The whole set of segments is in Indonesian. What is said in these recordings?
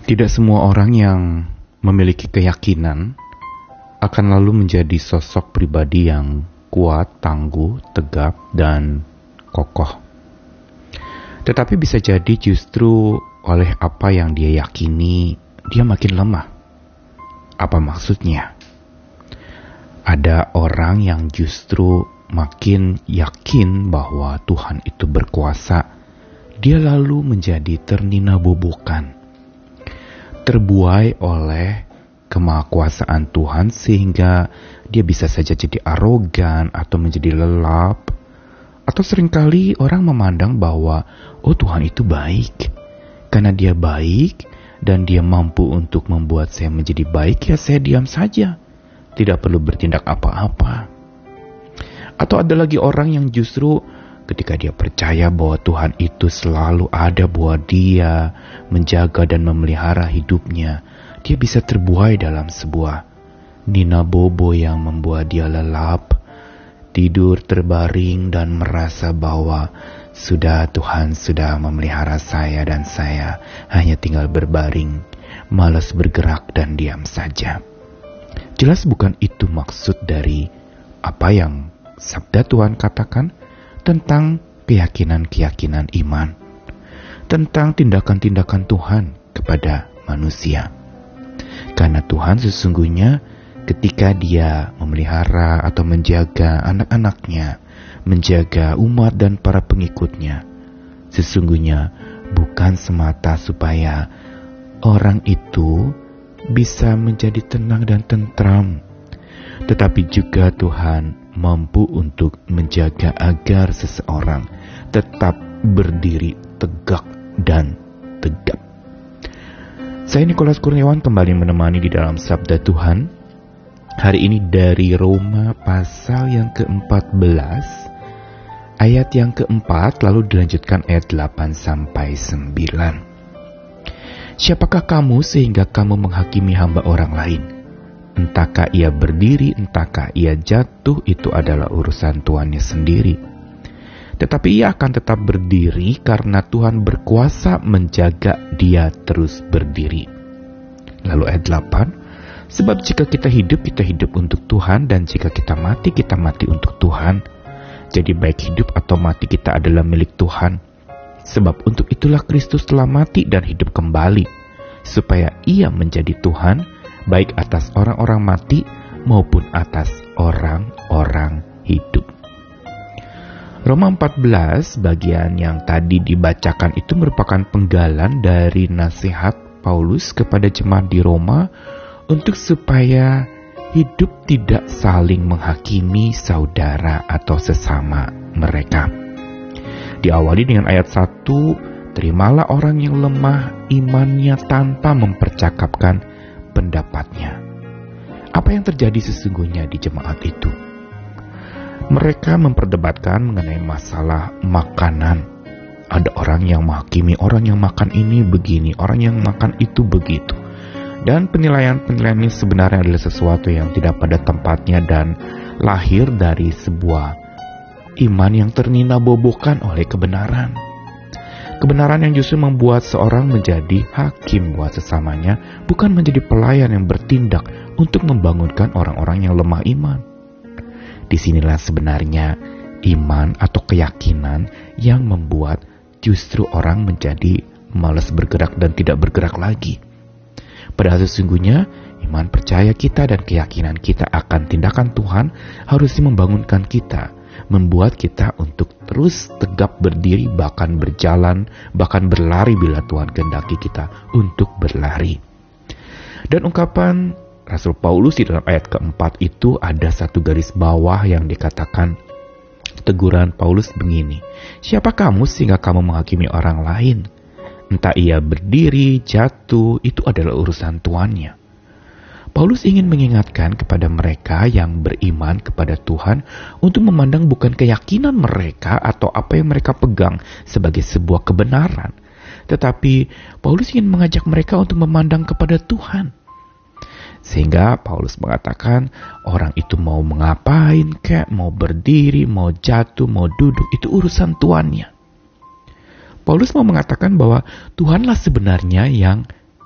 Tidak semua orang yang memiliki keyakinan akan lalu menjadi sosok pribadi yang kuat, tangguh, tegap, dan kokoh. Tetapi bisa jadi justru oleh apa yang dia yakini, dia makin lemah. Apa maksudnya? Ada orang yang justru makin yakin bahwa Tuhan itu berkuasa, dia lalu menjadi ternina-bobokan, terbuai oleh kemahakuasaan Tuhan sehingga dia bisa saja jadi arogan atau menjadi lelap. Atau seringkali orang memandang bahwa Tuhan itu baik. Karena dia baik dan dia mampu untuk membuat saya menjadi baik, ya saya diam saja. Tidak perlu bertindak apa-apa. Atau ada lagi orang yang justru ketika dia percaya bahwa Tuhan itu selalu ada buat dia, menjaga dan memelihara hidupnya, dia bisa terbuai dalam sebuah nina bobo yang membuat dia lelap, tidur terbaring dan merasa bahwa Tuhan sudah memelihara saya dan saya hanya tinggal berbaring, malas bergerak dan diam saja. Jelas bukan itu maksud dari apa yang sabda Tuhan katakan tentang keyakinan-keyakinan iman, tentang tindakan-tindakan Tuhan kepada manusia. Karena Tuhan sesungguhnya ketika dia memelihara atau menjaga anak-anaknya, menjaga umat dan para pengikutnya, sesungguhnya bukan semata supaya orang itu bisa menjadi tenang dan tentram, tetapi juga Tuhan mampu untuk menjaga agar seseorang tetap berdiri tegak dan tegap. Saya Nikolas Kurniawan kembali menemani di dalam Sabda Tuhan. Hari ini dari Roma pasal yang ke-14, ayat yang ke-4, lalu dilanjutkan ayat 8-9. Siapakah kamu sehingga kamu menghakimi hamba orang lain? Entahkah ia berdiri, entahkah ia jatuh, itu adalah urusan tuannya sendiri. Tetapi ia akan tetap berdiri karena Tuhan berkuasa menjaga dia terus berdiri. Lalu ayat 8, sebab jika kita hidup untuk Tuhan, dan jika kita mati untuk Tuhan. Jadi baik hidup atau mati kita adalah milik Tuhan. Sebab untuk itulah Kristus telah mati dan hidup kembali, supaya ia menjadi Tuhan, baik atas orang-orang mati maupun atas orang-orang hidup. Roma 14 bagian yang tadi dibacakan itu merupakan penggalan dari nasihat Paulus kepada jemaat di Roma untuk supaya hidup tidak saling menghakimi saudara atau sesama mereka. Diawali dengan ayat 1, terimalah orang yang lemah imannya tanpa mempercakapkan pendapatnya. Apa yang terjadi sesungguhnya di jemaat itu? Mereka memperdebatkan mengenai masalah makanan. Ada orang yang menghakimi orang yang makan ini begini, orang yang makan itu begitu. Dan penilaian-penilaian ini sebenarnya adalah sesuatu yang tidak pada tempatnya dan lahir dari sebuah iman yang ternina-bobokan oleh kebenaran. Kebenaran yang justru membuat seorang menjadi hakim buat sesamanya, bukan menjadi pelayan yang bertindak untuk membangunkan orang-orang yang lemah iman. Disinilah sebenarnya iman atau keyakinan yang membuat justru orang menjadi malas bergerak dan tidak bergerak lagi. Padahal sesungguhnya iman percaya kita dan keyakinan kita akan tindakan Tuhan harusnya membangunkan kita, membuat kita untuk terus tegap berdiri, bahkan berjalan, bahkan berlari bila Tuhan kehendaki kita untuk berlari. Dan ungkapan Rasul Paulus di dalam ayat keempat itu ada satu garis bawah yang dikatakan, teguran Paulus begini, siapa kamu sehingga kamu menghakimi orang lain? Entah ia berdiri, jatuh, itu adalah urusan tuannya. Paulus ingin mengingatkan kepada mereka yang beriman kepada Tuhan untuk memandang bukan keyakinan mereka atau apa yang mereka pegang sebagai sebuah kebenaran, tetapi Paulus ingin mengajak mereka untuk memandang kepada Tuhan. Sehingga Paulus mengatakan orang itu mau mengapain kek, mau berdiri, mau jatuh, mau duduk, itu urusan tuannya. Paulus mau mengatakan bahwa Tuhanlah sebenarnya yang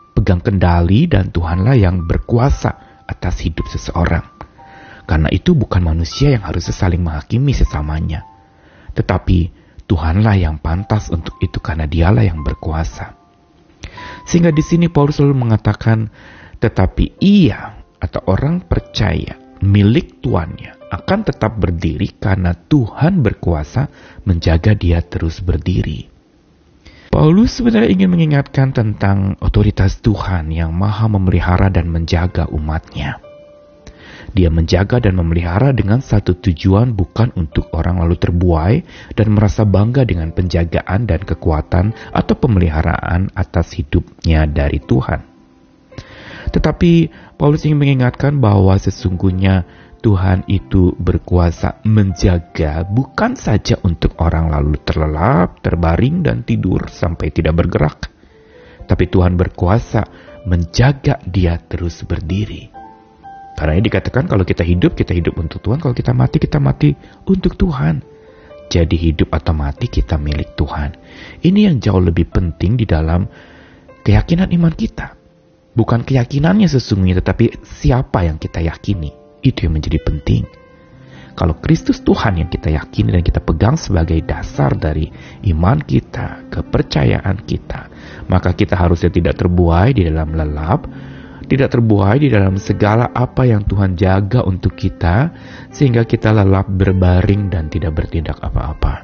pegang kendali dan Tuhanlah yang berkuasa atas hidup seseorang. Karena itu bukan manusia yang harus saling menghakimi sesamanya. Tetapi Tuhanlah yang pantas untuk itu karena Dialah yang berkuasa. Sehingga di sini Paulus selalu mengatakan, tetapi ia atau orang percaya milik tuannya akan tetap berdiri karena Tuhan berkuasa menjaga dia terus berdiri. Paulus sebenarnya ingin mengingatkan tentang otoritas Tuhan yang maha memelihara dan menjaga umatnya. Dia menjaga dan memelihara dengan satu tujuan, bukan untuk orang lalu terbuai dan merasa bangga dengan penjagaan dan kekuatan atau pemeliharaan atas hidupnya dari Tuhan. Tetapi Paulus ingin mengingatkan bahwa sesungguhnya Tuhan itu berkuasa menjaga bukan saja untuk orang lalu terlelap, terbaring dan tidur sampai tidak bergerak. Tapi Tuhan berkuasa menjaga dia terus berdiri. Karena ini dikatakan kalau kita hidup untuk Tuhan, kalau kita mati untuk Tuhan. Jadi hidup atau mati kita milik Tuhan. Ini yang jauh lebih penting di dalam keyakinan iman kita. Bukan keyakinannya sesungguhnya, tetapi siapa yang kita yakini. Itu yang menjadi penting. Kalau Kristus Tuhan yang kita yakini dan kita pegang sebagai dasar dari iman kita, kepercayaan kita, maka kita harusnya tidak terbuai di dalam lelap, tidak terbuai di dalam segala apa yang Tuhan jaga untuk kita, sehingga kita lelap berbaring dan tidak bertindak apa-apa.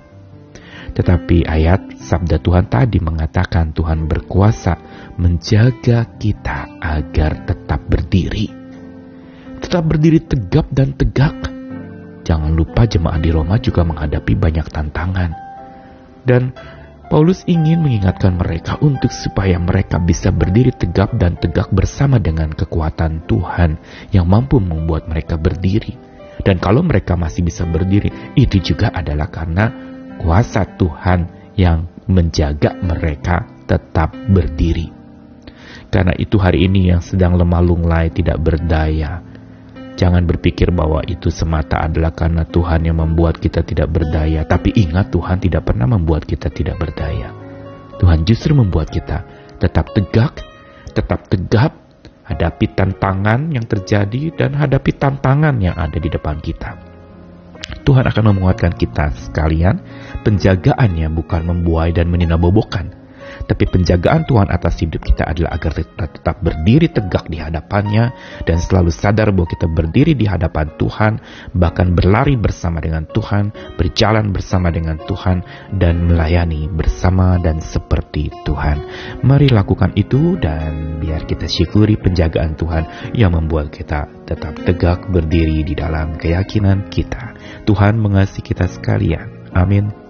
Tetapi ayat sabda Tuhan tadi mengatakan Tuhan berkuasa menjaga kita agar tetap berdiri. Tetap berdiri tegap dan tegak. Jangan lupa jemaat di Roma juga menghadapi banyak tantangan. Dan Paulus ingin mengingatkan mereka untuk supaya mereka bisa berdiri tegap dan tegak bersama dengan kekuatan Tuhan yang mampu membuat mereka berdiri. Dan kalau mereka masih bisa berdiri, itu juga adalah karena kuasa Tuhan yang menjaga mereka tetap berdiri. Karena itu hari ini yang sedang lemah lunglai tidak berdaya, jangan berpikir bahwa itu semata adalah karena Tuhan yang membuat kita tidak berdaya. Tapi ingat, Tuhan tidak pernah membuat kita tidak berdaya. Tuhan justru membuat kita tetap tegak, tetap tegap, hadapi tantangan yang terjadi dan hadapi tantangan yang ada di depan kita. Tuhan akan menguatkan kita sekalian. Penjagaannya bukan membuai dan meninabobokan, tapi penjagaan Tuhan atas hidup kita adalah agar kita tetap berdiri tegak di hadapannya dan selalu sadar bahwa kita berdiri di hadapan Tuhan, bahkan berlari bersama dengan Tuhan, berjalan bersama dengan Tuhan, dan melayani bersama dan seperti Tuhan. Mari lakukan itu dan biar kita syukuri penjagaan Tuhan yang membuat kita tetap tegak berdiri di dalam keyakinan kita. Tuhan mengasihi kita sekalian. Amin.